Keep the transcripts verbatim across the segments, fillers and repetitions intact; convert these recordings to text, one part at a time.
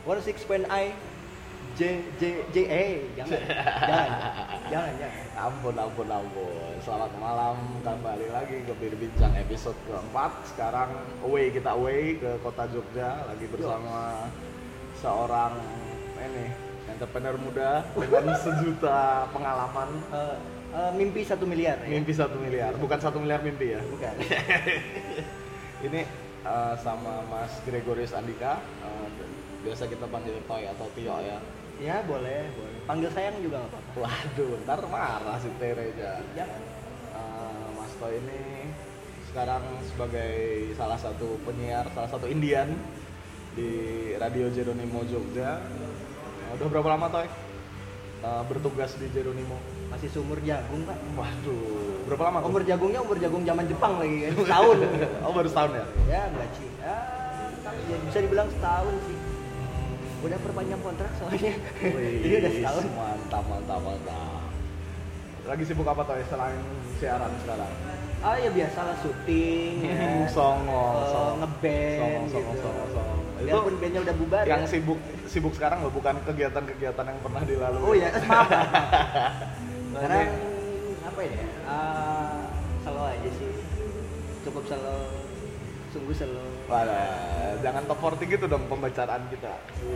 six point I J J J E jangan jangan jangan jangan Ampun, ampun, ampun. Selamat malam, kembali lagi ke Berbincang episode keempat. Sekarang away, kita away ke kota Jogja, lagi bersama seorang ini entrepreneur muda dengan sejuta pengalaman. uh, uh, mimpi satu miliar ya? Mimpi satu miliar, bukan satu miliar mimpi ya? Bukan. Ini uh, sama Mas Gregorius Andika, uh, biasa kita panggil Toy atau Tio ya. Ya boleh, boleh. Panggil sayang juga nggak apa-apa. Waduh, ntar marah si Tereja. Jangan. Uh, Mas Toy ini sekarang sebagai salah satu penyiar, salah satu Indian di Radio Jeronimo Jogja. Uh, udah berapa lama Toy uh, bertugas di Jeronimo? Masih seumur jagung pak. Waduh, berapa lama? Umur jagungnya umur jagung zaman Jepang lagi kan, setahun. Oh baru setahun ya? Ya enggak sih. Ah, ya bisa dibilang setahun sih. Udah perpanjang kontrak soalnya. Wih, jadi udah setahun. Mantap, mantap, mantap. Lagi sibuk apa Toy selain siaran sekarang? Ah ya biasalah syuting, ya. Songo, uh, songo. ngeband Songo, songo, gitu. songo, songo. Itu Biarpun bandnya udah bubar. yang ya. sibuk sibuk sekarang loh, bukan kegiatan-kegiatan yang pernah dilalui. Oh ya, maaf. maaf. Sekarang Nanti- apa ya? Uh, slow aja sih. Cukup slow. Sungguh slow. Walah, jangan top empat puluh gitu dong pembicaraan kita.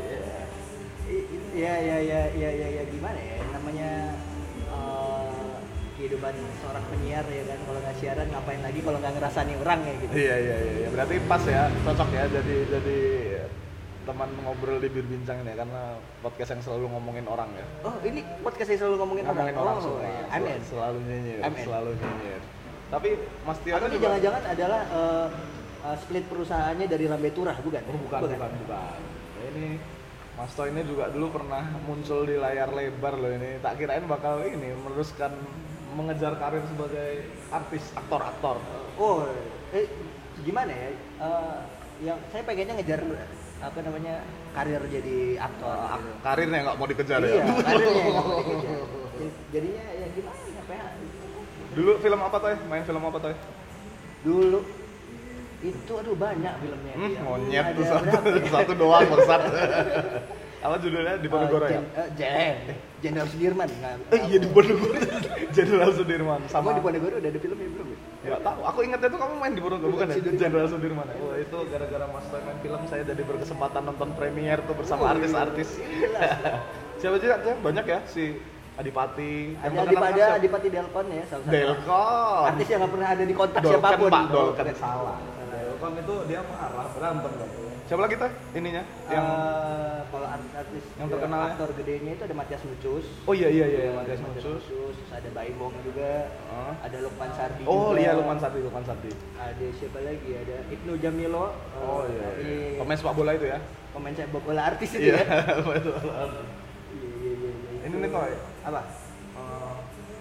Iya, iya, iya, iya, iya, ya, gimana ya? Namanya uh, kehidupan seorang penyiar ya kan. Kalau nggak siaran ngapain lagi kalau nggak ngerasani orang ya gitu. Iya, iya, iya, iya. Berarti pas ya, cocok ya jadi jadi teman ngobrol di Berbincang ini karena podcast yang selalu ngomongin orang ya. Oh, ini podcast yang selalu ngomongin, Ngomongin orang, Oh, semua. iya. Sel- Amin. Selalu nyinyir, Amin. selalu nyinyir. Tapi Mas Tio Atau ini juga jangan-jangan adalah uh, uh, split perusahaannya dari Lambe Turah, bukan? Oh, bukan, bukan, bukan. Nah, ini Mas Toy ini juga dulu pernah muncul di layar lebar loh ini. Tak kirain bakal ini meneruskan mengejar karir sebagai artis, aktor-aktor. Oh, eh, gimana ya? Uh, yang saya pengennya ngejar apa namanya karir jadi aktor. Uh, gitu. karirnya nggak mau dikejar Iya, ya? karirnya yang nggak mau dikejar. Jadinya ya gimana? Apa ya? Dulu film apa Toy? Main film apa Toy? Dulu itu aduh banyak filmnya. Hmm, dia. monyet Ada tuh satu, berapa ya? satu doang bangsat. Apa judulnya? Di Ponegoro Uh, ya? Jen- uh, Jen, Jenderal Sudirman. Nah, Eh iya di Ponegoro. Jenderal Sudirman Sama sama di Ponegoro udah ada filmnya belum? ya? Nggak tahu, aku ingatnya tuh kamu main di Ponegoro, bukan ya? Sudirman. Jenderal Sudirman ya? Oh itu gara-gara Mas Toy main film, saya jadi berkesempatan nonton premier tuh bersama Oh, iya. artis-artis. Siapa aja? Aja banyak ya, si Adipati. Ada terkenal Adipati, kan siapa? Adipati Delcon ya, salah satu Delcon. artis yang nggak pernah ada di kontak Dolken, siapapun. Pak, Dolken. Dolken. Salah. Delcon itu dia marah, berantem kan. Siapa lagi tuh ininya? Yang Eh, kalau artis-artis yang terkenal ya? aktor gedenya itu ada Matias Nucus. Oh iya iya iya, yang Ada Matias Mucus. Terus ada Baimong juga. Oh. Ada Lukman Sardi Oh juga. iya Lukman Sardi, Lukman Sardi. Ada siapa lagi? Ada Ibnu Jamilo. Oh iya. Eh, iya. Pemain sepak bola itu ya? pemain sepak bola artis itu Iya. ya. Betul. Iya iya iya. iya. Ini nih Toy. Apa? Eh,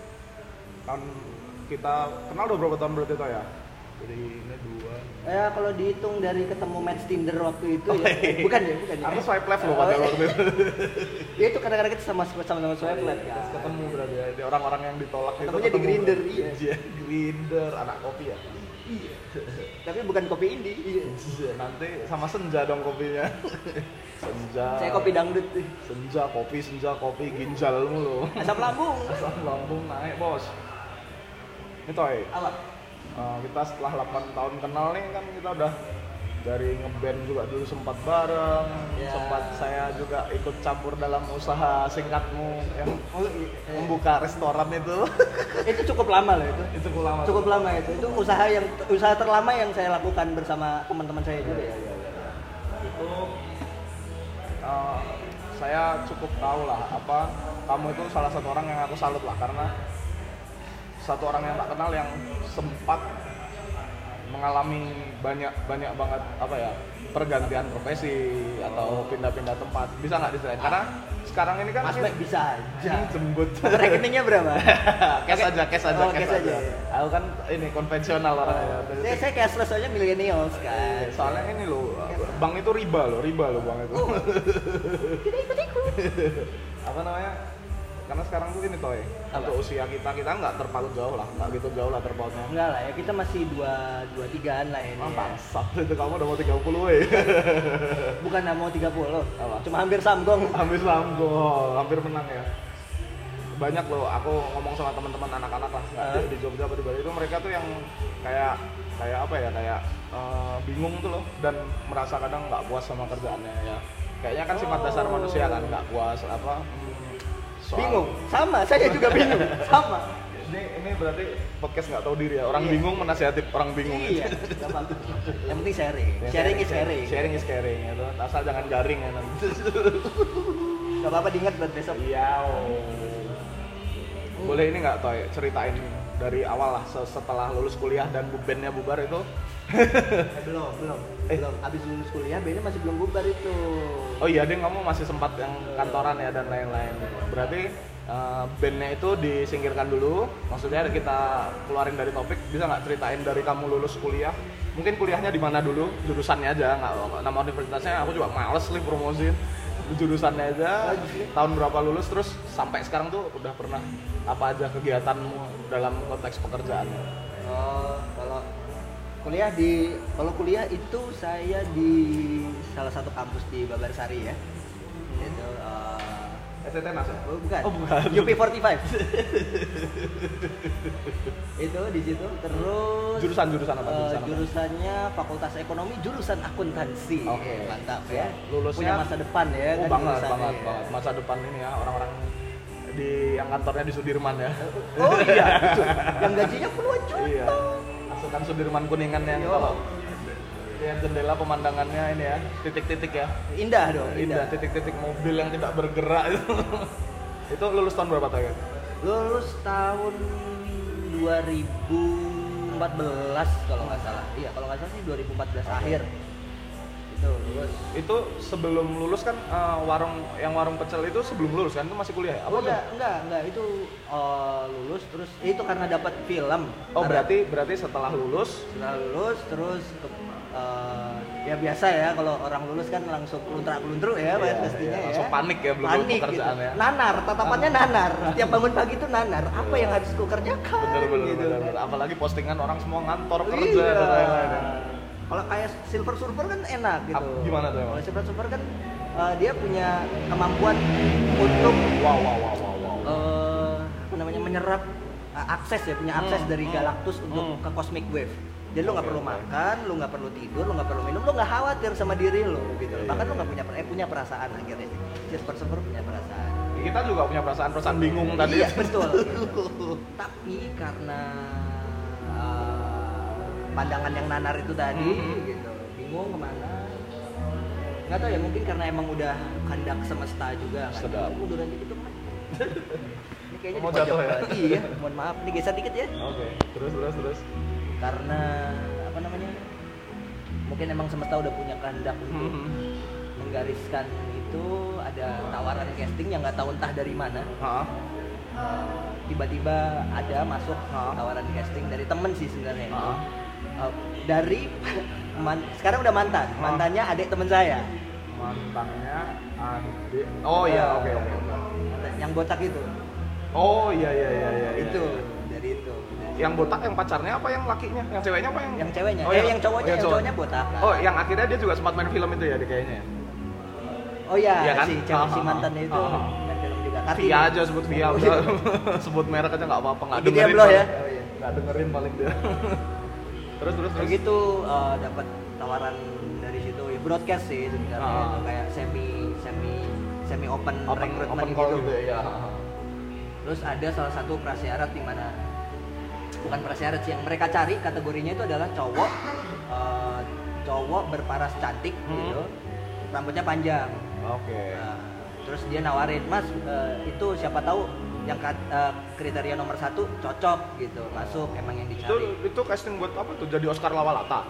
tahun kita kenal udah berapa tahun berarti Toy ya? Jadi ini dua. Eh kalau dihitung dari ketemu match Tinder waktu itu Oh, ya. iya. Bukan ya, bukan ya. Aku swipe left loh Oh, pada iya. waktu itu. Ya itu kadang-kadang kita sama sama-sama swipe left ya. Terus ketemu berarti ya, di orang-orang yang ditolak itu. Ketemunya di ketemu Grindr, berarti. iya. Iya, Grindr, anak kopi ya. Iya. Tapi bukan kopi indie. Iya. Iya, nanti sama senja dong kopinya. Senja. Saya kopi dangdut. Senja kopi, senja kopi, ginjal mulu. Asam lambung. Asam lambung naik bos. Ini Toy. Apa? Uh, kita setelah delapan tahun kenal nih kan kita udah dari ngeband juga dulu sempat bareng, Ya. sempat saya juga ikut campur dalam usaha singkatmu yang Oh, iya. membuka restoran itu. Itu cukup lama loh itu. Itu cukup lama. Cukup lama itu. Itu usaha yang usaha terlama yang saya lakukan bersama teman-teman saya juga ya. Itu uh, saya cukup tahu lah apa kamu itu salah satu orang yang aku salut lah karena satu orang yang tak kenal yang sempat mengalami banyak banyak banget apa ya pergantian profesi atau pindah-pindah tempat, bisa nggak diceritain? Karena sekarang ini kan Mas Mek bisa aja. jembut Rekeningnya berapa? cash aja cash aja Oh, cash cash aja. aja. Aku kan ini konvensional orangnya. Saya, saya cashless aja millennials kan. Soalnya ini loh, bank itu riba loh, riba loh bank itu. Tidak ikut-ikut. Apa namanya? karena sekarang tuh ini toy Apa? untuk usia kita kita nggak terpaut jauh lah, nggak gitu jauh lah terpautnya. Enggak lah ya, kita masih dua dua tigaan lah ini. Ah, Ya. bangsat itu kamu udah mau tiga puluh eh. Bukan nggak mau tiga puluh, Apa? cuma hampir samgong. Hampir gol, hampir menang ya. Banyak loh, aku ngomong sama teman-teman anak-anak lah Uh. di, di Jogja apa di Bali itu mereka tuh yang kayak kayak apa ya kayak eh, bingung tuh loh dan merasa kadang nggak puas sama kerjaannya ya. Kayaknya kan sifat Oh. dasar manusia kan nggak puas apa. hmm, soal- Bingung, sama, saya juga bingung, sama. Ini ini berarti podcast nggak tahu diri ya. Orang Iya. bingung menasihati orang bingung. Iya, nggak apa-apa. Yang penting sharing, sharing is caring. Sharing is caring itu. Asal jangan garing ya nanti. Gak apa-apa diingat buat besok. Iya. Boleh ini nggak Toy ceritain dari awal lah setelah lulus kuliah dan bandnya bubar itu? Eh, belum, belum, Eh. belum. Abis lulus kuliah, bandnya masih belum bubar itu. Oh iya, deh kamu masih sempat yang kantoran ya dan lain-lain. Berarti uh, bandnya itu disingkirkan dulu. Maksudnya kita keluarin dari topik. Bisa nggak ceritain dari kamu lulus kuliah? Mungkin kuliahnya di mana dulu? Jurusannya aja, nggak nama universitasnya. Aku juga males nih promosiin. Jurusannya aja. Tahun berapa lulus? Terus sampai sekarang tuh udah pernah apa aja kegiatanmu dalam konteks pekerjaan? Oh, kalau kuliah di kalau kuliah itu saya di salah satu kampus di Babarsari ya. Itu eh, S T T N A S ya? oh, bukan. Oh, bukan. U P empat puluh lima. Itu di situ terus Jurusan-jurusan apa? eh, Jurusan apa? jurusannya Fakultas Ekonomi jurusan akuntansi. Oke. Mantap Ya, ya. lulusnya- Punya masa depan ya Oh kan banget, jurusannya banget, ya. banget. Masa depan ini ya orang-orang di yang kantornya di Sudirman ya. Oh iya, betul. Yang gajinya puluhan juta. Iya. Pasukan Sudirman Kuningan yang Yo. kalau lihat jendela pemandangannya ini ya, titik-titik ya. Indah dong, Indah, titik-titik mobil yang tidak bergerak itu. Itu lulus tahun berapa tuh ya? Lulus tahun dua ribu empat belas kalau nggak salah. Iya, kalau nggak salah sih dua ribu empat belas akhir. Itu lulus. Itu sebelum lulus kan eh, warung yang warung pecel itu sebelum lulus kan itu masih kuliah ya? Apa Oh, udah? enggak, enggak, enggak. Itu eh, lulus terus itu karena dapat film. Oh Karena berarti berarti setelah lulus setelah lulus terus ke, eh, ya biasa ya kalau orang lulus kan langsung luntrak-luntruk ya Iya, pastinya iya, ya. langsung panik ya belum Panik pekerjaan gitu. ya. Nanar, tatapannya nanar. Setiap bangun pagi itu nanar. Apa yang harus ku kerjakan? bener bener, gitu bener, kan. bener. Apalagi postingan orang semua ngantor kerja Iya. dan lain-lain ya. Kalau kayak Silver Surfer kan enak gitu. Ap- gimana tuh emang? Kalau Silver Surfer kan eh, dia punya kemampuan untuk Wow wow wow wow wow. eh, apa namanya menyerap eh, akses ya, punya akses Hmm, dari hmm, Galactus untuk hmm. ke cosmic wave. Jadi lu nggak Oke, perlu oke. makan, lu nggak perlu tidur, lu nggak perlu minum, lu nggak khawatir sama diri lu gitu. Iya, Bahkan iya, lu nggak iya. punya eh, punya perasaan akhirnya. Silver Surfer punya perasaan. Kita juga punya perasaan-perasaan bingung tadi. Iya betul. Tapi karena uh, pandangan yang nanar itu tadi, Mhm. gitu, bingung kemana? Nggak tahu ya, mungkin karena emang udah kehendak semesta juga. Kan? Sedap. Munduran dikit dong. Ini kayaknya Mau di pojok jatuh ya? banget. Iya, mohon maaf, ini geser dikit ya. Oke, terus terus terus. Karena apa namanya? Mungkin emang semesta udah punya kehendak untuk Hmm. menggariskan itu, ada tawaran casting yang nggak tahu entah dari mana. Hah? Uh, tiba-tiba ada masuk Hah? tawaran casting dari temen sih sebenarnya itu. Hah? Uh, dari man- sekarang udah mantan, Hah? mantannya adik temen saya. Mantannya adik. Oh iya, Uh, oke oke. oke. Yang botak itu. Oh iya iya iya iya. iya. Itu dari itu. Yang botak yang pacarnya apa yang lakinya? Yang ceweknya apa yang? Yang ceweknya, Oh, eh, yang- yang cowoknya, oh, yang yang cowok. cowoknya botak. Oh, yang akhirnya dia juga sempat main film itu ya, dia kayaknya. ya? Oh iya, Iya kan? si cewek si Ah, mantannya ah, itu. ah, ah. Main film juga. Kartini. Via aja sebut Via, Oh, udah. iya. Sebut merek aja nggak apa-apa, nggak Gitu ya, dengerin. Bro, ya? paling. Oh, iya. Nggak dengerin paling dia. terus terus Kayak terus. gitu uh, dapat tawaran dari situ ya, broadcast sih sebenarnya. Ah. Itu kayak semi semi semi open, Open, recruitment open call gitu. gitu ya. Terus ada salah satu prasyarat di mana bukan prasyarat sih, yang mereka cari kategorinya itu adalah cowok eh, cowok berparas cantik Hmm. gitu, rambutnya panjang. Oke. Nah, terus dia nawarin, "Mas, eh, itu siapa tahu yang kat- eh, kriteria nomor satu cocok gitu, masuk emang yang Itu dicari." itu casting buat apa tuh? Jadi Oscar Lawalata.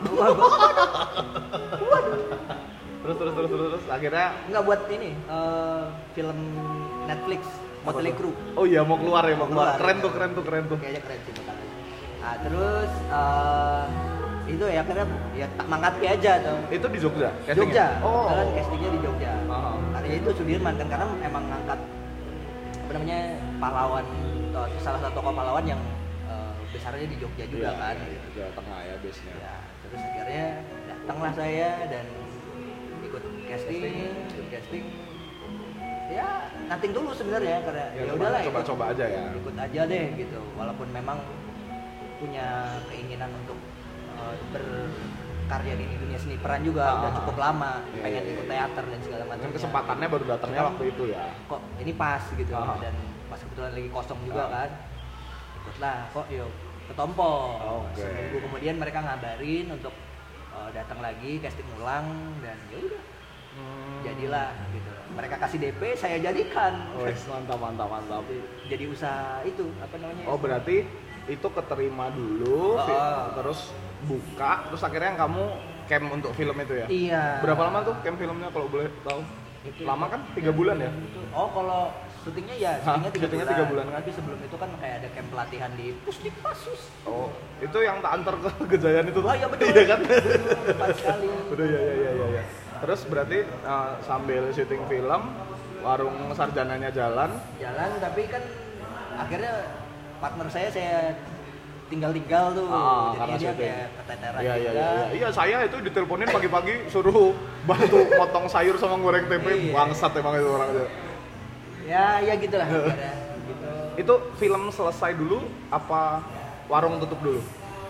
terus terus terus terus terus akhirnya Nggak buat ini eh, film Netflix Motley apa tuh? Crue. Oh iya mau keluar ya mau keluar. Keluar, Keren iya. tuh keren tuh keren tuh. Kayaknya keren sih makanya. Nah, terus eh, itu ya akhirnya ya tak mangkat aja tuh. Itu di Jogja. castingnya? Jogja. Oh. Kan castingnya di Jogja. Aha. Karena itu Sudirman kan, karena emang ngangkat apa namanya pahlawan atau salah satu tokoh pahlawan yang uh, besarnya di Jogja juga Iya, kan. iya, Jawa Tengah ya base-nya. Ya, terus akhirnya datanglah saya dan ikut casting, ikut casting. Ya, nothing dulu sebenarnya karena Ya, ya udahlah coba-coba aja ya. Ikut aja deh gitu. Walaupun memang punya keinginan untuk uh, berkarya di dunia seni peran juga Ah, udah cukup lama, iya, pengen iya, ikut iya. teater dan segala macam. Kan kesempatannya baru datangnya waktu itu ya. Kok ini pas gitu Ah. dan pas kebetulan lagi kosong juga Ah. kan. Ikutlah kok yuk ketompo. Oke. Seminggu kemudian mereka ngabarin untuk uh, datang lagi casting ulang dan ya udah Hmm. jadilah gitu. Mereka kasih D P, saya jadikan. Wes, mantap mantap mantap. Jadi usaha itu apa namanya? Oh berarti itu keterima dulu, Oh. fi- terus buka, terus akhirnya kamu camp untuk film itu ya? Iya. Berapa lama tuh camp filmnya kalau boleh tahu? Itu- Lama kan? Tiga bulan ya? Oh kalau syutingnya ya Hah? syutingnya tiga Syutingnya bulan. tiga bulan kan? Tapi sebelum itu kan kayak ada camp pelatihan di Pusdikpasus. Oh, itu yang tak antar ke Kejayaan itu tuh? Oh iya betul. Iya kan? Tepat sekali. Udah ya ya ya ya. ya. Terus berarti uh, sambil syuting film, warung sarjananya jalan. Jalan tapi kan akhirnya partner saya saya tinggal-tinggal tuh. Ah, Jadi karena dia syuting. kayak keteteran Iya iya juga. iya. Iya saya itu diteleponin pagi-pagi suruh bantu potong sayur sama goreng tempe. Iya. Bangsat emang itu orang itu. Ya ya gitulah akhirnya. Gitu. Itu film selesai dulu apa warung tutup dulu?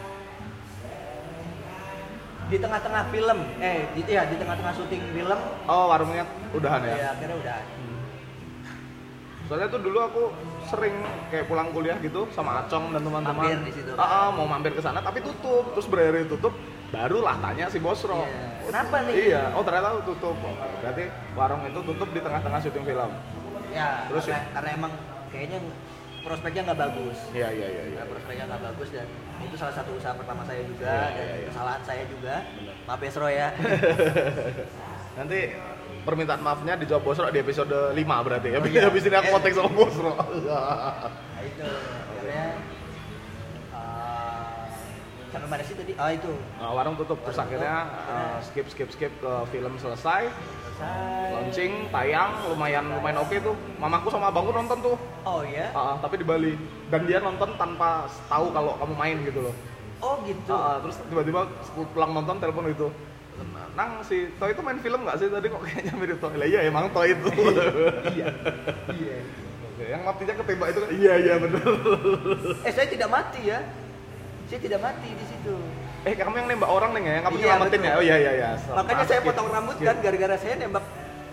Di tengah-tengah film, eh di, ya di tengah-tengah syuting film, Oh warungnya udahan ya? ya akhirnya udah. Soalnya tuh dulu aku sering kayak pulang kuliah gitu sama Acong dan teman-teman. Mampir di situ. Ah, ah, mau mampir ke sana tapi tutup. Terus berakhir tutup, barulah tanya si Bosro. Iya. Kenapa nih? Iya, oh ternyata tutup. Berarti warung itu tutup di tengah-tengah syuting film. Ya, Terus karena, karena emang kayaknya prospeknya nggak bagus. Iya iya iya iya. Nah, prospeknya nggak bagus dan itu salah satu usaha pertama saya juga Iya, dan iya, iya. kesalahan saya juga. Bener. Maaf ya Sro ya. Nanti permintaan maafnya dijawab Bosro di episode lima berarti ya. Oh, iya. Habis ini aku Eh. kontak sama Bosro. Nah itu akhirnya uh, sampai mana sih tadi? Oh itu Nah, warung tutup terus Warung akhirnya tutup. uh, skip skip skip ke film selesai. selesai. Launching, tayang, lumayan lumayan oke tuh. Mamaku sama abangku nonton tuh. Oh ya? Ah, ah, tapi di Bali. Dan dia nonton tanpa tahu kalau kamu main gitu loh. Oh gitu. Ah, ah, terus tiba-tiba pulang nonton telepon itu. Nang si Toy itu main film nggak sih tadi kok kayaknya mirip Toy? Lah iya emang Toy itu. Iya. Iya. Oke, yang matinya ketembak itu kan? Iya iya benar. Eh saya tidak mati ya. Saya tidak mati di situ. Eh kamu yang nembak orang nih ya? Yang kamu Iya, nyelamatin betul. ya? Oh iya iya iya. Makanya Pas, saya skip. potong rambut Skip. kan gara-gara saya nembak.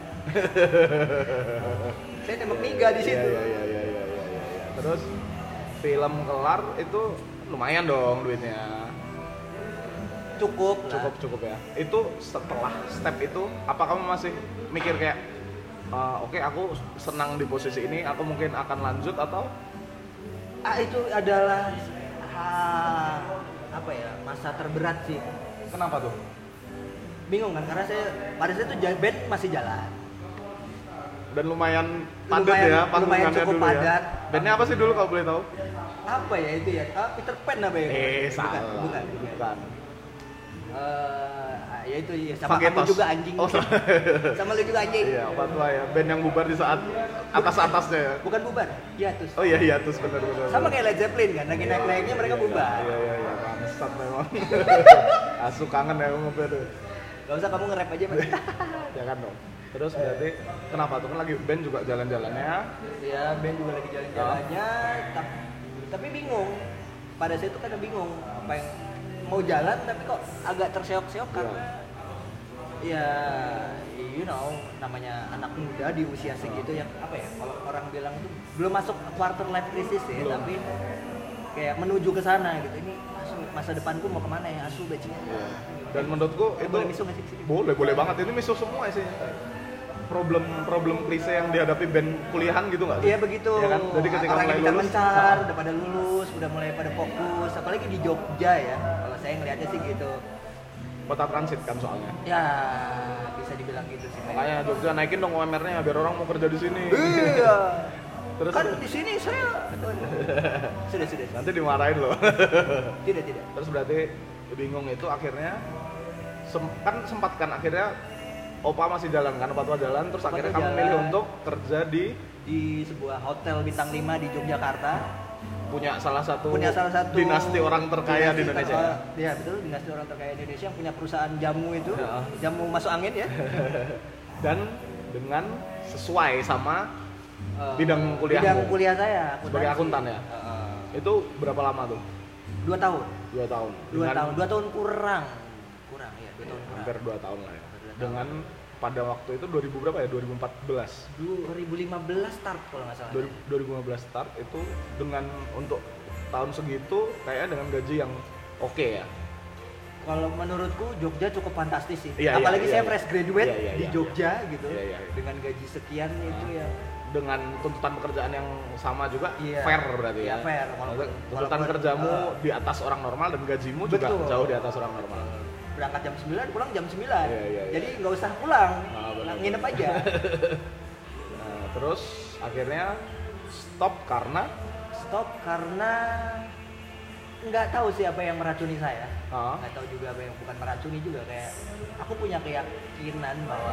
Saya nembak Niga di Iya, situ. Iya iya iya iya iya iya. iya. Terus film kelar itu lumayan dong duitnya. Cukup lah. Cukup cukup ya. Itu setelah step itu apa kamu masih mikir kayak "Eh, oke aku senang di posisi ini, aku mungkin akan lanjut atau Ah itu adalah ah, apa ya masa terberat sih. kenapa tuh? Bingung kan karena saya pada saat itu ja- band masih jalan. Dan lumayan padat Lumayan- ya lumayan panggungannya cukup dulu padat. ya. Bandnya apa sih dulu kalau boleh tahu? Apa ya itu ya? Ah, Peter Pan apa ya? Eh Bukan, salah. bukan. Bukan. Eh, ya itu ya sama Fagetos. kamu juga anjing. Oh, sama. Sama lu juga anjing. Iya, fatwa ya. Band yang bubar di saat atas-atasnya ya. Bukan bubar. Ya terus. Oh iya iya terus benar benar. Sama kayak Led Zeppelin kan, lagi naik-naiknya mereka Iya, bubar. Iya iya iya, bangsat memang. Asu kangen ya ngopi tuh. Gak usah kamu nge-rap aja, Mas. Jangan dong. Terus berarti kenapa tuh kan lagi band juga jalan-jalannya? Ya, band juga lagi jalan-jalannya, tapi, tapi bingung. Pada saat itu kan bingung apa yang mau jalan tapi kok agak terseok-seok karena ya you know namanya anak muda di usia segitu yang apa ya kalau orang bilang itu belum masuk quarter life crisis ya Belum. tapi kayak menuju ke sana gitu. Ini asu, masa depanku mau kemana ya asu bajingan. Iya. Dan menurutku Eh, itu boleh misu nggak sih di sini? boleh boleh banget ini misuh semua sih. Problem problem klise yang dihadapi band kuliahan gitu nggak sih? Iya begitu. Ya kan? Jadi ketika orang mulai yang lulus, mencar, udah pada lulus, udah mulai pada fokus, apalagi di Jogja ya. Kalau saya ngeliatnya sih gitu. kota transit kan soalnya. Ya bisa dibilang gitu sih. Makanya Jogja naikin dong U M R-nya biar orang mau kerja di sini. Iya. Terus Kan di sini saya sudah sudah. nanti dimarahin loh. Tidak tidak. Terus berarti bingung itu akhirnya sem- kan sempat kan akhirnya Opa masih jalan kan, Opa tua jalan, terus Opa akhirnya tua kamu jalan. milih untuk kerja di Di sebuah hotel bintang lima di Yogyakarta. punya salah satu Punya salah satu dinasti orang terkaya di dinasti Indonesia. terkaya- Iya betul, dinasti orang terkaya di Indonesia yang punya perusahaan jamu itu, Ya. jamu masuk angin ya. Dan dengan sesuai sama Eh, bidang kuliahmu. Bidang kuliah saya. Sebagai akuntan ya? Heeh. Itu berapa lama tuh? dua tahun. Dua tahun. Dua Dengan tahun. Dua tahun kurang. Kurang ya, dua tahun kurang. hampir dua tahun lah ya. Hampir dua tahun. Dengan pada waktu itu dua ribu berapa ya? dua ribu empat belas. dua ribu lima belas start kalau nggak salah. dua ribu lima belas start itu dengan untuk tahun segitu kayaknya dengan gaji yang oke ya. Kalau menurutku Jogja cukup fantastis sih. Iya, iya, Apalagi iya, saya iya. fresh graduate Iya, iya, di iya, Jogja gitu. Iya, iya, iya. Dengan gaji sekian itu ya. Dengan tuntutan pekerjaan yang sama juga Iya. fair berarti Iya, ya. fair. Maksudnya Walaupun- tuntutan walaupun, kerjamu uh, di atas orang normal dan gajimu juga Betul. jauh di atas orang normal. Berangkat jam sembilan, pulang jam sembilan. Iya, iya, iya. Jadi nggak usah pulang. Ah, benar. Nginep aja. Nah, terus akhirnya stop karena Stop karena nggak tahu sih apa yang meracuni saya. Ah. Nggak tahu juga apa yang bukan meracuni juga, kayak aku punya keyakinan bahwa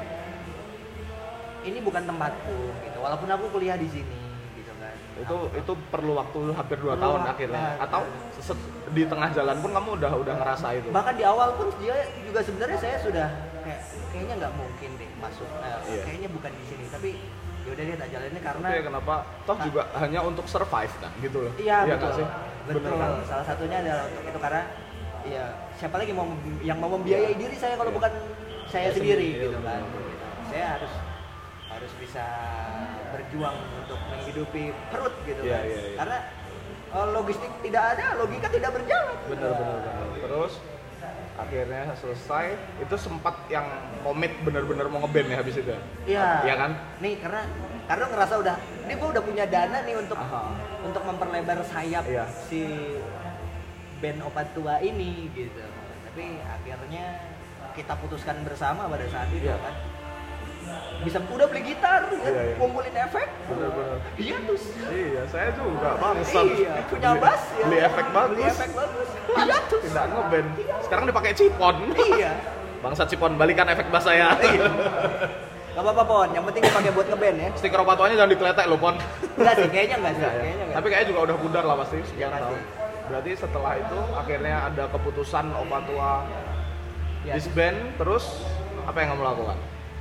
ini bukan tempatku gitu. Walaupun aku kuliah di sini gitu kan. itu itu perlu waktu hampir dua Perlu tahun waktu, akhirnya ah, atau se- di tengah jalan pun kamu udah udah ngerasa itu. Bahkan di awal pun dia juga sebenarnya saya sudah kayak kayaknya nggak mungkin deh masuk. Nah, Iya. kayaknya bukan di sini, tapi ya udah deh tak jalanin karena Oke, kenapa toh juga hanya untuk survive kan gitu loh. iya nggak betul. sih? Betul. Bener kan? Salah satunya adalah untuk itu karena ya siapa lagi mau mem- yang mau membiayai diri saya kalau Iya. bukan saya Saya sendiri sendiri, gitu iya, kan. betul. Gitu. Saya harus harus bisa berjuang untuk menghidupi perut gitu Iya, kan. iya, iya. Karena eh, logistik tidak ada, logika tidak berjalan. Bener Ya. bener bener. Terus akhirnya selesai itu sempat yang komit bener-bener mau ngeband ya habis itu. ya? Iya. Iya kan? Nih karena karena ngerasa udah, ini gua udah punya dana nih untuk Aha. untuk memperlebar sayap Iya. si band Opat Tua ini gitu. Tapi akhirnya kita putuskan bersama pada saat itu Iya. kan. Bisa udah beli gitar, ya, Iya, iya. ngumpulin efek. Bener-bener. Iya terus. Iya, saya juga bangsat. Iya, punya Beli- bass ya. Beli efek bagus. Beli efek bagus. Iya terus. Tidak ngeband. Sekarang dipakai cipon. Iya. Bangsat cipon, balikan efek bass saya. Iya. Gak apa-apa Pon, yang penting dipakai buat ngeband ya. Stiker opatuannya jangan diteletek loh, Pon. Enggak sih, kayaknya enggak sih. Enggak ya? Kayaknya enggak. Tapi kayaknya juga udah pudar lah pasti sekian Iya, tahun. pasti. Berarti setelah itu akhirnya ada keputusan Opatua Ya. disband, terus apa yang kamu lakukan?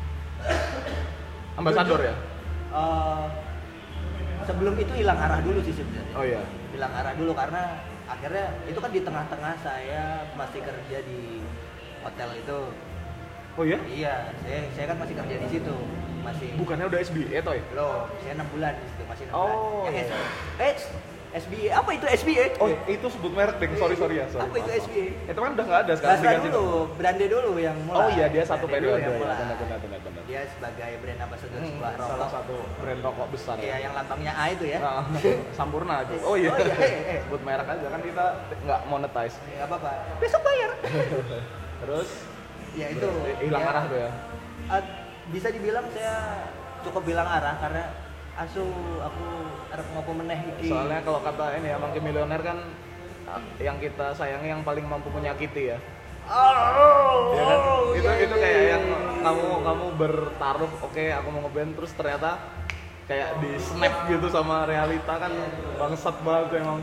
Ambasador ya? Eh, sebelum itu hilang arah dulu sih sebenarnya. Oh iya. Hilang arah dulu karena akhirnya itu kan di tengah-tengah saya masih kerja di hotel itu. Oh iya? Iya, saya saya kan masih kerja di situ. Masih Bukannya udah S B A toh ya? loh, saya enam bulan di situ, masih enam Oh, bulan. Yang iya. S, eh, S B A, apa itu S B A? Oh itu sebut merek deh, sorry sorry ya. Sorry, Apa itu maaf, S B A? maaf. Itu kan udah nggak ada sekarang Basra diganti dulu, dong. Brande dulu yang mulai. Oh iya, dia satu Brande dulu periode yang ya, mulai. benar benar benar benar. Dia sebagai brand ambassador Hmm, sebuah salah rokok. satu brand rokok besar Iya, ya. yang lambangnya A itu ya. Nah, Sampurna itu. Oh iya. Oh iya, eh, eh. Sebut merek aja kan kita nggak monetize. Enggak apa-apa. Besok bayar. Terus Ya itu berarti hilang ya, arah tuh ya. eh, bisa dibilang saya cukup bilang arah karena asu aku arep ngopo meneh iki. Soalnya kalau kata ini ya Monkey Millionaire kan ah, yang kita sayangi yang paling mampu menyakiti ya. Oh, Ya kan? oh, itu iya, itu iya, kayak iya, yang iya. kamu kamu bertaruh, oke aku mau ngeband terus ternyata kayak di snap gitu sama realita kan bangsat banget emang.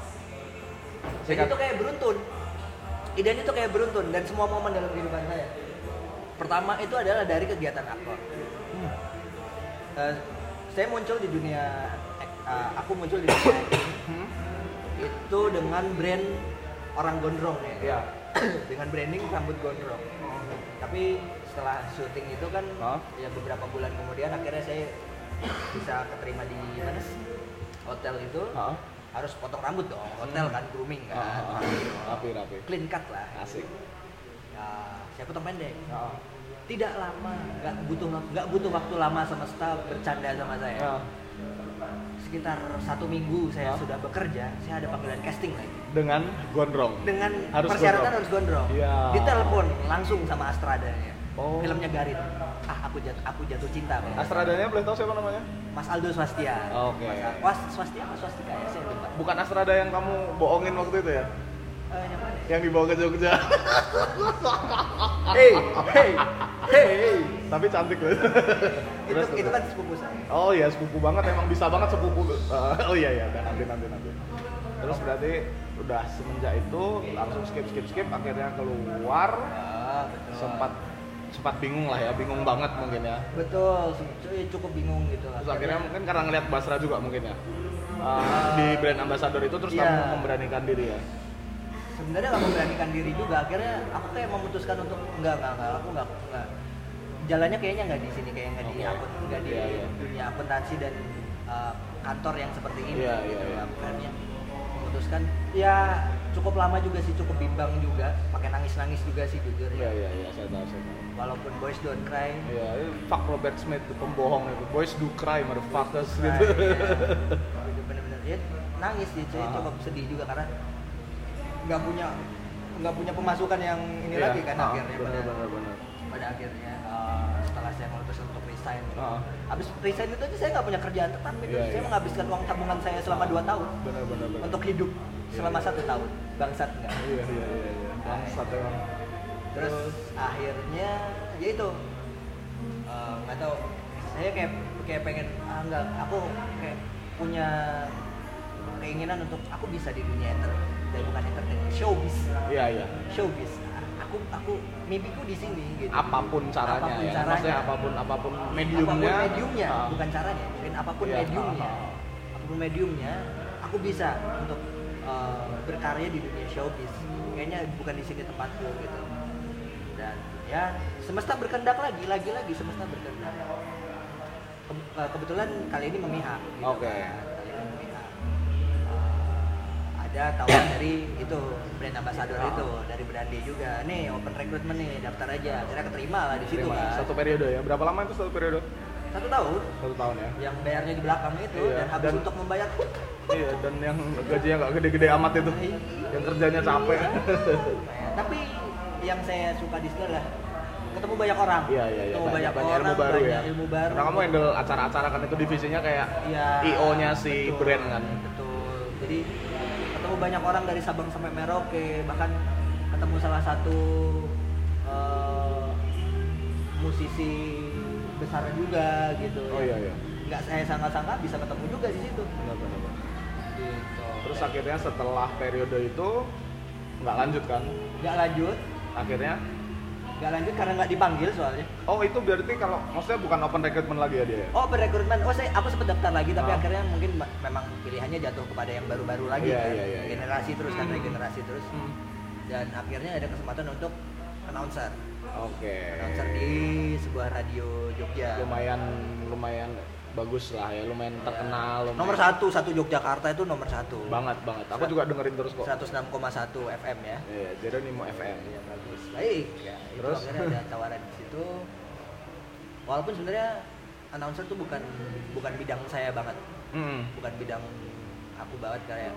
Dan Sikat. itu kayak beruntun. Idenya itu kayak beruntun dan semua momen dalam kehidupan saya. Pertama itu adalah dari kegiatan aktor. Hmm. Eh, saya muncul di dunia, eh, aku muncul di dunia acting Hmm? itu dengan brand orang gondrong ya. Iya. Dengan branding rambut gondrong. Tapi setelah syuting itu kan Hah? ya beberapa bulan kemudian akhirnya saya bisa keterima di mana sih? Hotel itu. Hah? Harus potong rambut dong. Hotel kan grooming kan. Ah, ah, ah. Rapi rapi. Clean cut lah. Asik. Ya, saya potong pendek. Ah. Tidak lama, nggak butuh nggak butuh waktu lama sama staff bercanda sama saya. Ya. Sekitar satu minggu saya Hah? sudah bekerja, saya ada panggilan casting lagi. Dengan gondrong. Dengan Harus persyaratan gondrong. harus gondrong. Iya. Ditelepon langsung sama Astradanya. Oh. Filmnya Garin. Ah, aku jatuh aku jatuh cinta. Bang. Astradanya boleh tahu siapa namanya? Mas Aldo Swastia. Oke. Mas Was Swastia apa Swastika ya? Saya lupa. Bukan Astrada yang kamu bohongin waktu itu ya? Eh, yang mana? Yang dibawa ke Jogja. Hey, hey, hey. Tapi cantik loh. itu Terus, itu terus. kan sepupu saya. Oh iya, sepupu banget, emang bisa banget sepupu. Uh, oh iya iya, dan nanti nanti nanti. Terus berarti udah semenjak itu langsung skip skip skip akhirnya keluar. Ah, betul. Sempat sempat bingung lah ya, bingung banget mungkin ya. Betul, cuy, cukup bingung gitu. Terus akhirnya mungkin karena ngeliat Basra juga mungkin ya. Uh, di brand ambassador itu terus Iya. kamu memberanikan diri ya. Sebenarnya nggak memberanikan diri juga. Akhirnya aku kayak memutuskan untuk enggak enggak enggak aku enggak enggak. Jalannya kayaknya nggak di sini, kayak nggak di Oke. akun, nggak di Iya, iya. dunia akuntansi dan uh, kantor yang seperti ini. Iya, gitu. iya, iya. Akhirnya memutuskan ya cukup lama juga sih, cukup bimbang juga, pakai nangis-nangis juga sih jujur Iya ya. iya iya, saya tahu saya tahu. Walaupun boys don't cry. Iya, fuck Robert Smith, itu pembohong itu. Boys do cry, motherfuckers Nah, gitu. iya. Bener-bener ya nangis sih, cuy, Ah. cukup sedih juga karena nggak punya nggak punya pemasukan yang ini Iya, lagi kan ah, akhirnya benar pada benar benar. pada akhirnya uh, setelah saya memutuskan untuk resign. Ah. Habis resign itu aja saya nggak punya kerjaan tetap itu. Iya, Saya iya. menghabiskan uang tabungan saya selama dua tahun Benar benar benar. untuk hidup selama Iya, satu tahun. Bangsat enggak. Iya iya iya iya. Bangsat emang. Terus akhirnya ya itu uh, nggak tahu, saya kayak kayak pengen ah enggak, aku kayak punya keinginan untuk aku bisa di dunia enter dan bukan entertainment, showbiz. Iya iya. Showbiz. Aku aku mimpiku di sini gitu. Apapun caranya Apapun ya. caranya. Maksudnya apapun apapun mediumnya. Apapun mediumnya, Ah. bukan caranya, mungkin apapun Iya, mediumnya. ah, ah. Apapun mediumnya, aku bisa untuk uh, berkarya di dunia showbiz. Kayaknya bukan di sini tempatku gitu. Dan ya semesta berkehendak lagi, lagi-lagi semesta berkehendak. Ke- uh, kebetulan kali ini memihak. Gitu, Oke. kan. Kali ini memihak. Uh, ada tawaran dari itu brand ambassador Ah. itu, dari Brandi juga. Nih open recruitment nih, daftar aja. Akhirnya keterima lah di situ Terima. kan. Satu periode ya. Berapa lama itu satu periode? Satu tahun. Satu tahun ya. Yang bayarnya di belakang itu Iya, dan habis dan- untuk membayar Iya, dan yang gajinya nggak gede-gede amat itu. Yang kerjanya capek. tapi yang saya suka di sini adalah ketemu banyak orang. Iya iya iya. Ketemu banyak, banyak orang, ilmu baru banyak ya. ilmu baru. Karena kamu handle acara-acara kan itu divisinya kayak Iya, I O-nya si betul, brand kan. Betul. Jadi ketemu banyak orang dari Sabang sampai Merauke, bahkan ketemu salah satu eh, musisi besar juga gitu. Oh iya iya. Nggak saya sangka-sangka bisa ketemu juga di situ. Benar benar. benar. Gitu. Terus akhirnya setelah periode itu nggak lanjut kan? nggak lanjut, Akhirnya nggak lanjut karena nggak dipanggil soalnya. oh itu berarti kalau maksudnya bukan open recruitment lagi ya dia ya? Oh, perekrutmen. Oh, saya aku sempat daftar lagi tapi Ah. akhirnya mungkin ma- memang pilihannya jatuh kepada yang baru-baru lagi Iya, kan. iya, iya, iya. Generasi terus kan, Hmm. regenerasi terus. Hmm. Dan akhirnya ada kesempatan untuk announcer. Oke. Announcer di sebuah radio Jogja. Lumayan lumayan bagus lah ya, lumayan terkenal. Lumayan. Nomor satu, satu Yogyakarta itu nomor satu. Banget banget. Aku juga dengerin terus kok. seratus enam koma satu F M ya. Iya, Jeronimo F M. Iya, bagus. Baik. Ya, itu Terus? akhirnya ada tawaran di situ. Walaupun sebenarnya announcer tuh bukan bukan bidang saya banget. Hmm. Bukan bidang aku banget, kayak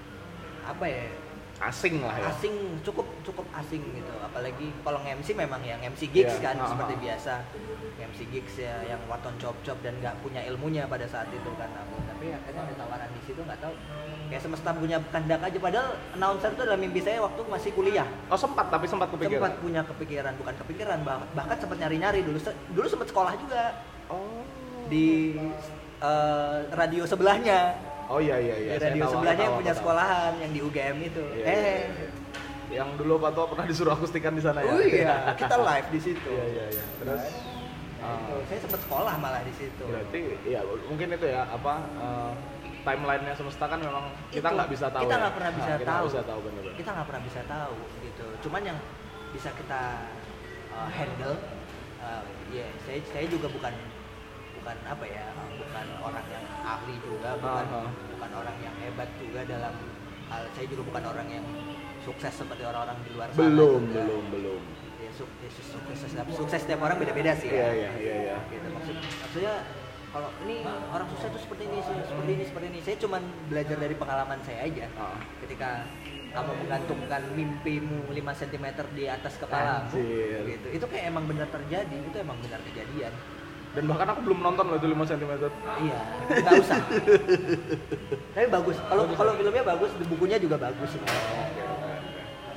apa ya, Asing lah ya. asing, cukup cukup asing gitu. Apalagi kalau nge-M C memang yang M C gigs Iya, kan, ah, seperti ah. biasa M C gigs ya, yang waton cop-cop dan nggak punya ilmunya pada saat itu kan aku. Tapi akhirnya ada tawaran di situ, nggak tahu, kayak semesta punya kehendak aja. Padahal announcer itu adalah mimpi saya waktu masih kuliah. Oh sempat tapi sempat kepikiran. Sempat punya kepikiran, bukan kepikiran, bah- bahkan sempat nyari-nyari dulu. Se- Dulu sempat sekolah juga Oh. di eh, radio sebelahnya. Oh iya iya iya. Di Saya radio tahu, sebelahnya aku yang tahu, punya aku tahu. sekolahan yang di U G M itu. Iya, eh, iya, Yang dulu Pak Tua pernah disuruh akustikan di sana ya. oh iya, kita live di situ. Iya iya iya. Terus Nah, itu. ah, Saya sempat sekolah malah di situ. berarti ya mungkin itu ya apa eh, timelinenya semesta kan memang kita Itu, nggak bisa tahu. kita ya. nggak pernah bisa Nah, kita nggak tahu. bisa tahu benar-benar. Kita nggak pernah bisa tahu gitu. Cuman yang bisa kita uh, handle, uh, ya saya saya juga bukan bukan apa ya, bukan orang yang ahli juga, bukan Ah, ah. bukan orang yang hebat juga dalam hal. Saya juga bukan orang yang sukses seperti orang-orang di luar sana. Belum juga. belum belum. Ya, su- ya, su- sukses, sukses, sukses setiap orang beda-beda sih Iya ya. iya iya iya. Gitu, maksud, maksudnya kalau ini orang sukses itu seperti ini sih, seperti ini, seperti ini. Saya cuman belajar dari pengalaman saya aja. Ah. Ketika kamu menggantungkan mimpimu lima sentimeter di atas kepala, Anjir. gitu. Itu kayak emang benar terjadi, itu emang benar kejadian. Dan bahkan aku belum nonton loh itu lima sentimeter. Iya, nggak usah. Tapi bagus. Kalau kalau filmnya bagus, bukunya juga bagus.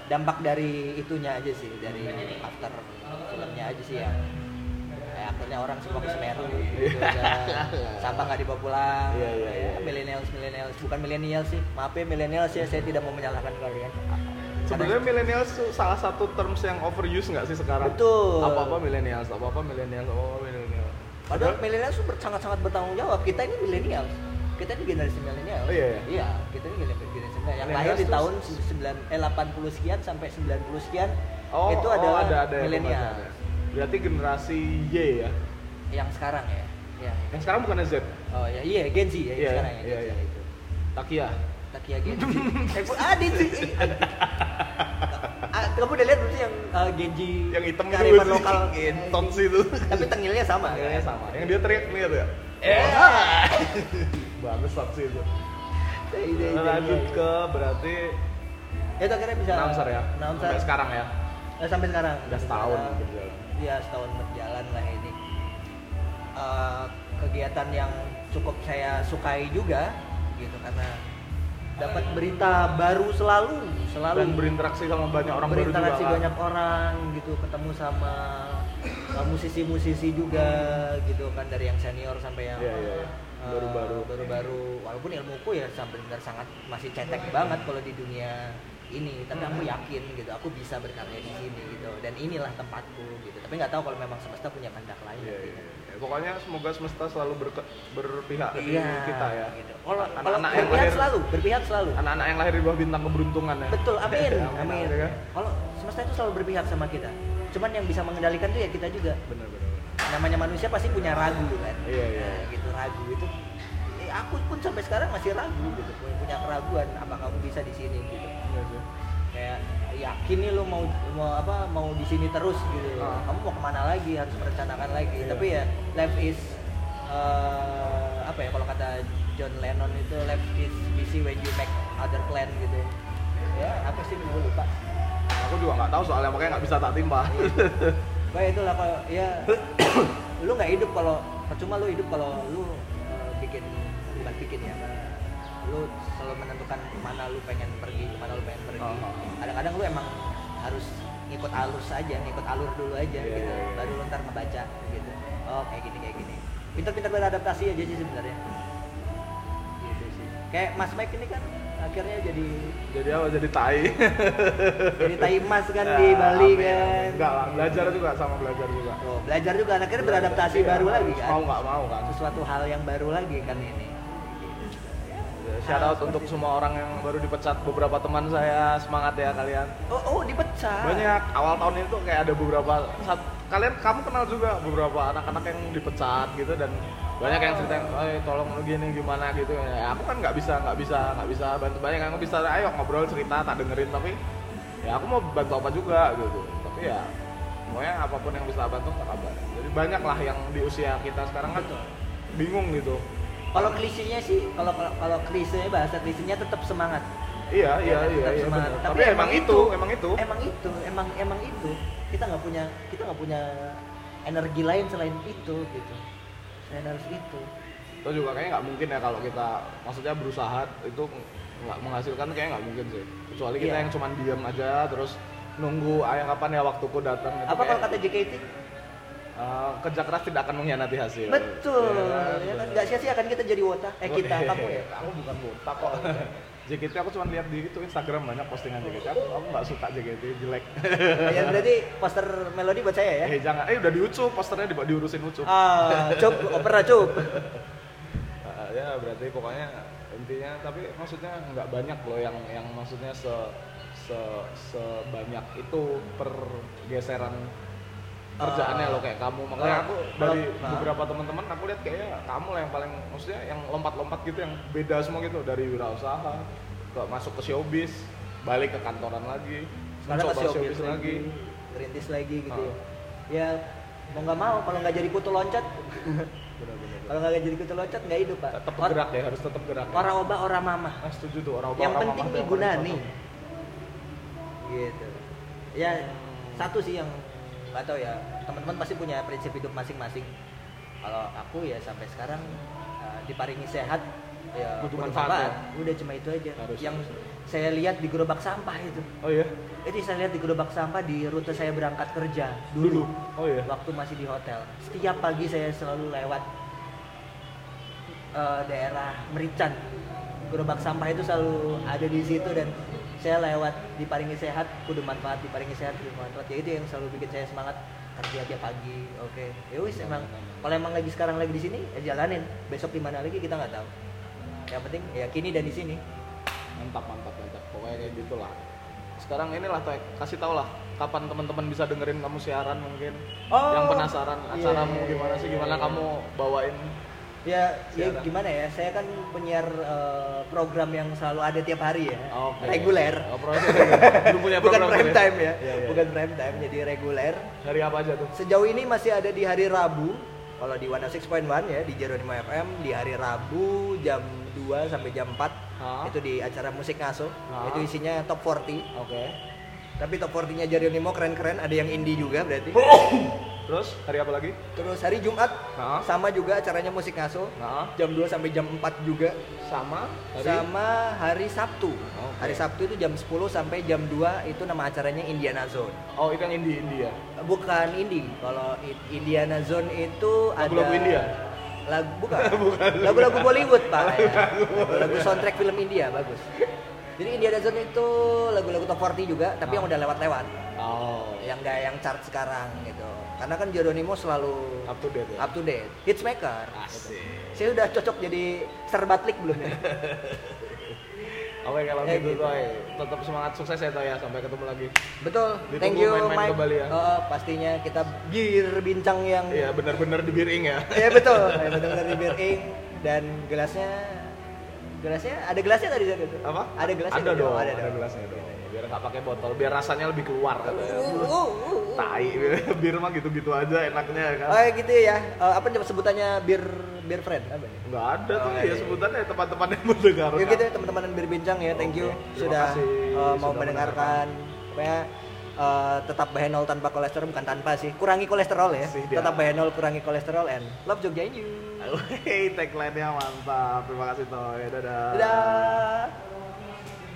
dampak dari itunya aja sih, dari after filmnya aja sih ya. Kayak akhirnya orang semua ke Semeru gitu, udah sampah nggak dibawa pulang. Iya, iya, iya. Millennials, millennials, bukan millennials sih. Maaf ya millennials ya, saya tidak mau menyalahkan kalian. Sebenarnya millennials tuh salah satu terms yang overuse nggak sih sekarang? Betul. Apa-apa millennials, apa-apa millennials, apa-apa millennials. Padahal millennials tuh sangat-sangat bertanggung jawab. Kita ini millennials. Kita ini generasi milenial. Oh, iya, iya. Iya, kita ini generasi milenial. Yang lahir Millennials di tuh tahun sembilan eh delapan puluh sekian sampai sembilan puluh sekian Oh, itu oh, adalah ada, ada yang milenial. pembahasannya. Berarti generasi Y ya? Yang sekarang ya. Ya. Yang sekarang bukan Z? Oh ya, iya Gen Z ya Iya, sekarang ya. iya, Gen Z iya. itu. Takia. Takia Gen Z. Eh, bu, ah, di sini. Ah, kamu udah lihat belum sih yang uh, Genji Yang hitam itu kearifan sih, lokal gentot sih itu. tapi tengilnya sama. Kayaknya sama. Yang dia teriak nih ya? Eh. Bagus sih itu. Ide, ide, Lanjut ide. ke berarti Itu akhirnya bisa announcer ya? announcer. Sampai sekarang ya? Eh, sampai sekarang. Udah setahun Sekarang. berjalan. Iya, setahun berjalan lah ini. Eh, kegiatan yang cukup saya sukai juga gitu karena dapat berita baru selalu, selalu Dan berinteraksi sama banyak orang baru juga. berinteraksi kan? banyak orang gitu, ketemu sama uh, musisi-musisi juga gitu kan, dari yang senior sampai yang Iya, iya, iya. uh, Baru-baru. baru-baru walaupun ilmuku ya benar sangat masih cetek banget kalau di dunia ini, tapi aku yakin gitu aku bisa berkarya di sini gitu, dan inilah tempatku gitu. Tapi nggak tahu kalau memang semesta punya kehendak lain. Iya, nanti. iya, iya. Pokoknya semoga semesta selalu berke- berpihak di Iya, kita ya. gitu. Kalau kalau Anak-anak yang berpihak lahir, selalu, berpihak selalu. anak-anak yang lahir di bawah bintang keberuntungan ya. Betul, amin, Amin, amin. ya kan? Kalau semesta itu selalu berpihak sama kita. Cuman yang bisa mengendalikan tuh ya kita juga. Benar-benar. Namanya manusia pasti punya ragu kan. Iya, iya. Nah, gitu ragu itu. Eh, aku pun sampai sekarang masih ragu gitu, punya, punya keraguan apa kamu bisa di sini gitu. Iya sih. Kayak yakin nih lo mau mau apa mau di sini terus gitu. Ah. Kamu mau kemana lagi, harus merencanakan lagi. Iya. Tapi ya life is eh, apa ya kalau kata John Lennon itu, life is busy when you make other plan gitu. Ya apa sih gue lupa. Aku juga nggak tahu soalnya makanya nggak bisa tak timpa. Baik itulah kalau ya lu nggak hidup kalau percuma lu hidup kalau lu uh, bikin bukan bikin ya, lu selalu menentukan kemana lu pengen pergi, kemana lu pengen pergi. Oh, oh. Kadang-kadang lu emang harus ngikut alur saja, ngikut alur dulu aja Yeah, gitu, yeah, yeah. baru lu ntar ngebaca gitu. Oh kayak gini kayak gini. Pintar-pintar beradaptasi aja sih sebenarnya. Gitu sih. Kayak Mas Mike ini kan akhirnya jadi Jadi apa? Jadi tai. jadi tai emas kan Ya, di Bali amin, kan. amin. Enggak lah, belajar juga sama belajar juga. Oh, belajar juga akhirnya beradaptasi Iya, baru harus lagi kan. Mau nggak mau kan. Sesuatu hal yang baru lagi kan ini. Shout out untuk semua orang yang baru dipecat, beberapa teman saya, semangat ya kalian. Oh, oh dipecat. Banyak awal tahun itu kayak ada beberapa saat, kalian kamu kenal juga beberapa anak-anak yang dipecat gitu, dan banyak yang cerita, "Eh tolong lu gini gimana gitu." Ya aku kan nggak bisa nggak bisa nggak bisa bantu banyak, yang bisa ayo ngobrol cerita tak dengerin, tapi ya aku mau bantu apa juga gitu. Tapi ya pokoknya apapun yang bisa bantu tak kabar. Jadi banyak lah yang di usia kita sekarang kan bingung gitu. Kalau klisenya sih, kalau kalau, kalau klisenya bahasa klisenya tetap semangat. Iya iya Ya, iya, tetap iya semangat. bener. Tapi Tapi, emang itu emang itu. Emang itu, emang emang itu. Kita nggak punya kita nggak punya energi lain selain itu gitu. Selain harus itu. Itu juga kayaknya nggak mungkin ya kalau kita maksudnya berusaha itu nggak menghasilkan, kayaknya nggak mungkin sih. Kecuali kita Iya. yang cuman diam aja terus nunggu ayah kapan ya waktuku datang. Itu Apa kalau kayak, kata J K T? eh, kerja keras tidak akan mengkhianati hasil. Betul. Ya, Ya kan bener. nggak sia-sia kan kita jadi wota. Eh kita, Oh, kamu ya. Aku bukan botak kok. J K T aku cuma lihat di itu Instagram banyak postingan J K T. Aku aku nggak suka J K T, jelek. Ya berarti poster melodi buat saya ya. Eh jangan, eh udah diucup posternya di, diurusin ucup. Ah, cup, opera cup. Uh, ya berarti pokoknya intinya, tapi maksudnya nggak banyak loh yang yang maksudnya se se sebanyak itu pergeseran kerjaannya Ah. loh kayak kamu. Makanya Ah, aku kalau- dari ah. beberapa teman-teman aku lihat kayaknya kamu lah yang paling maksudnya yang lompat-lompat gitu, yang beda semua gitu, dari wirausaha ke masuk ke showbiz, balik ke kantoran lagi, Sekarang mencoba ke showbiz lagi, ngerintis lagi gitu Ah. ya. Ya mau nggak mau kalau nggak jadi kutu loncat, Benar-benar. kalau nggak jadi kutu loncat nggak hidup pak. Tetap Or- gerak ya, harus tetap gerak. Ya. Orang oba orang mama. Ah, setuju tuh orang Yang orang penting mama tuh yang digunani. paling cocok. Gitu. Ya satu sih yang nggak tahu ya, teman-teman pasti punya prinsip hidup masing-masing. Kalau aku ya sampai sekarang uh, diparingi sehat ya Butuh butuh manfaat, manfaat. ya? Udah cuma itu aja. Harus, yang harus. saya lihat di gerobak sampah itu. Oh iya. Jadi saya lihat di gerobak sampah di rute saya berangkat kerja dulu. Oh iya. Waktu masih di hotel. Setiap pagi saya selalu lewat uh, daerah Merican. Gerobak sampah itu selalu ada di situ dan saya lewat diparingi sehat, kudu manfaat, diparingi sehat, kudu manfaat. Ya itu yang selalu bikin saya semangat kerja tiap pagi. Oke. Ya wis emang kalau emang lagi sekarang lagi di sini ya jalanin. Besok di mana lagi kita nggak tahu. Yang penting ya kini dan di sini. Mantap, mantap, mantap. Pokoknya kayak gitulah. Sekarang inilah Toy, kasih tau lah kapan teman-teman bisa dengerin kamu siaran mungkin. Oh, yang penasaran acaramu iya, gimana sih, gimana iya. kamu bawain. Ya, ya Siaran. gimana ya? Saya kan penyiar uh, program yang selalu ada tiap hari ya. Oke. Reguler. Oh, program. Belum punya Bukan program prime gitu time ya. Iya, iya. Bukan prime time, jadi reguler. Hari apa aja tuh? Sejauh ini masih ada di hari Rabu. Kalau di seratus enam koma satu ya di Jeronimo F M di hari Rabu jam dua sampai jam empat. Hah? Itu di acara musik ngaso. Hah? Itu isinya top empat puluh. Oke. Tapi top empat puluh-nya Jeronimo keren-keren, ada yang indie juga berarti. Terus hari apa lagi? Terus hari Jumat Hah? sama juga acaranya musik ngaso. Nah, Jam dua sampai jam empat juga. sama hari Sama hari Sabtu. Oke. Hari Sabtu itu jam sepuluh sampai jam dua itu nama acaranya Indiana Zone. Oh, itu yang indie indie ya. Bukan indie. Kalau I- Indiana Zone itu Lagu-lagu ada India? Lagu bukan. Lagu-lagu Bollywood, Pak. Ya. Lagu soundtrack film India bagus. Jadi Indiana Zone itu lagu-lagu top empat puluh juga, tapi yang udah lewat-lewat. Oh, Yang nggak yang chart sekarang gitu. Karena kan Jeronimo selalu up to date ya. up to date. Hitsmaker. Asik. Saya udah cocok jadi serbatlik belum ya? Oke, kalau Eh, gitu gitu. Toy, tetap semangat sukses ya Toy ya, sampai ketemu lagi. Betul. Ditunggu Thank you main-main Mike. ke Bali ya. Oh, pastinya kita bir bincang yang Iya, benar-benar di Biring ya. ya betul. Ya, betul-betul di bir ing dan gelasnya gelasnya ada gelasnya tadi saya tuh. Apa? Ada gelasnya. Ada tadi? dong, Oh, ada, dong. gelasnya dong. Biar nggak pakai botol, biar rasanya lebih keluar katanya. Uh, uh, uh, uh. Tai, bir mah gitu-gitu aja enaknya kan. Oh, gitu ya. Eh, apa sebutannya bir bir friend apa ya? Nggak ada tuh Oh, ya iya. sebutannya teman-teman yang mendengarkan. Ya gitu ya teman-teman bir bincang ya. Thank you Oke, terima sudah kasih eh, mau sudah mendengarkan. Pokoknya eh, tetap Bahenol tanpa kolesterol, bukan tanpa sih. Kurangi kolesterol ya. Sih, dia. Tetap Bahenol kurangi kolesterol and love Jogja you. Hei, tagline-nya mantap. Terima kasih Toy. Dadah. Dadah.